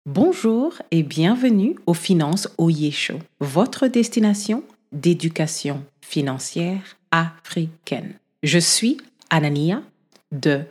Bonjour et bienvenue au Finance Oye Show, votre destination d'éducation financière africaine. Je suis Anania de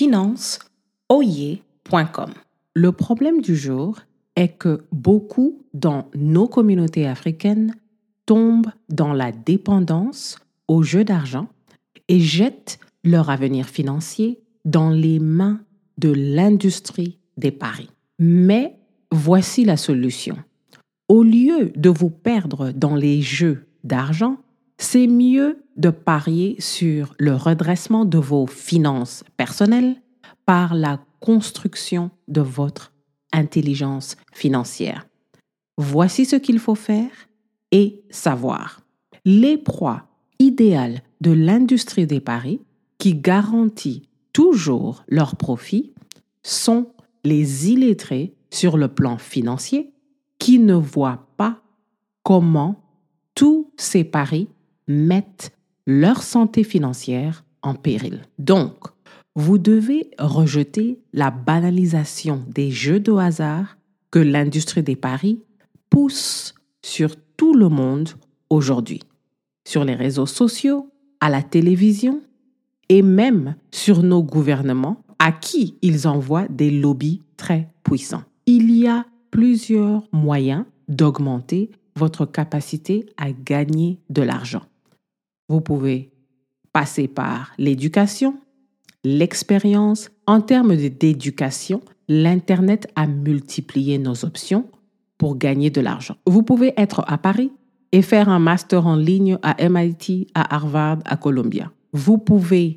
financeoye.com. Le problème du jour est que beaucoup dans nos communautés africaines tombent dans la dépendance aux jeux d'argent et jettent leur avenir financier dans les mains de l'industrie des paris. Mais voici la solution. Au lieu de vous perdre dans les jeux d'argent, c'est mieux de parier sur le redressement de vos finances personnelles par la construction de votre intelligence financière. Voici ce qu'il faut faire et savoir. Les proies idéales de l'industrie des paris, qui garantit toujours leurs profits, sont les illettrés sur le plan financier qui ne voient pas comment tous ces paris mettent leur santé financière en péril. Donc, vous devez rejeter la banalisation des jeux de hasard que l'industrie des paris pousse sur tout le monde aujourd'hui, sur les réseaux sociaux, à la télévision et même sur nos gouvernements à qui ils envoient des lobbies très puissants. Il y a plusieurs moyens d'augmenter votre capacité à gagner de l'argent. Vous pouvez passer par l'éducation, l'expérience. En termes d'éducation, l'Internet a multiplié nos options pour gagner de l'argent. Vous pouvez être à Paris et faire un master en ligne à MIT, à Harvard, à Columbia. Vous pouvez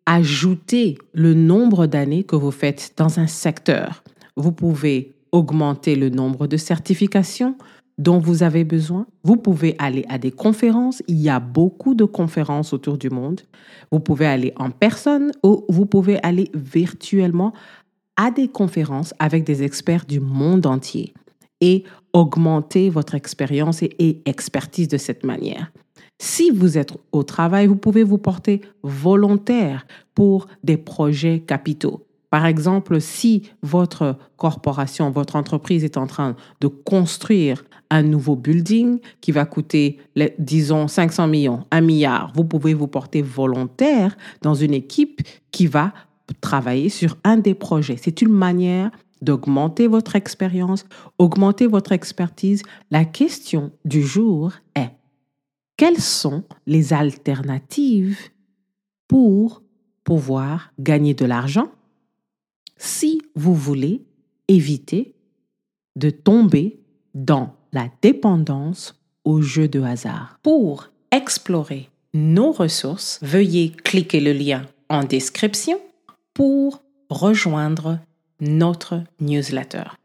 ajouter le nombre d'années que vous faites dans un secteur. Vous pouvez augmenter le nombre de certifications dont vous avez besoin. Vous pouvez aller à des conférences. Il y a beaucoup de conférences autour du monde. Vous pouvez aller en personne ou vous pouvez aller virtuellement à des conférences avec des experts du monde entier et augmenter votre expérience et expertise de cette manière. Si vous êtes au travail, vous pouvez vous porter volontaire pour des projets capitaux. Par exemple, si votre corporation, votre entreprise est en train de construire un nouveau building qui va coûter, disons, 500 millions, 1 milliard, vous pouvez vous porter volontaire dans une équipe qui va travailler sur un des projets. C'est une manière d'augmenter votre expérience, augmenter votre expertise. La question du jour est: quelles sont les alternatives pour pouvoir gagner de l'argent si vous voulez éviter de tomber dans la dépendance aux jeux de hasard? Pour explorer nos ressources, veuillez cliquer le lien en description pour rejoindre notre newsletter.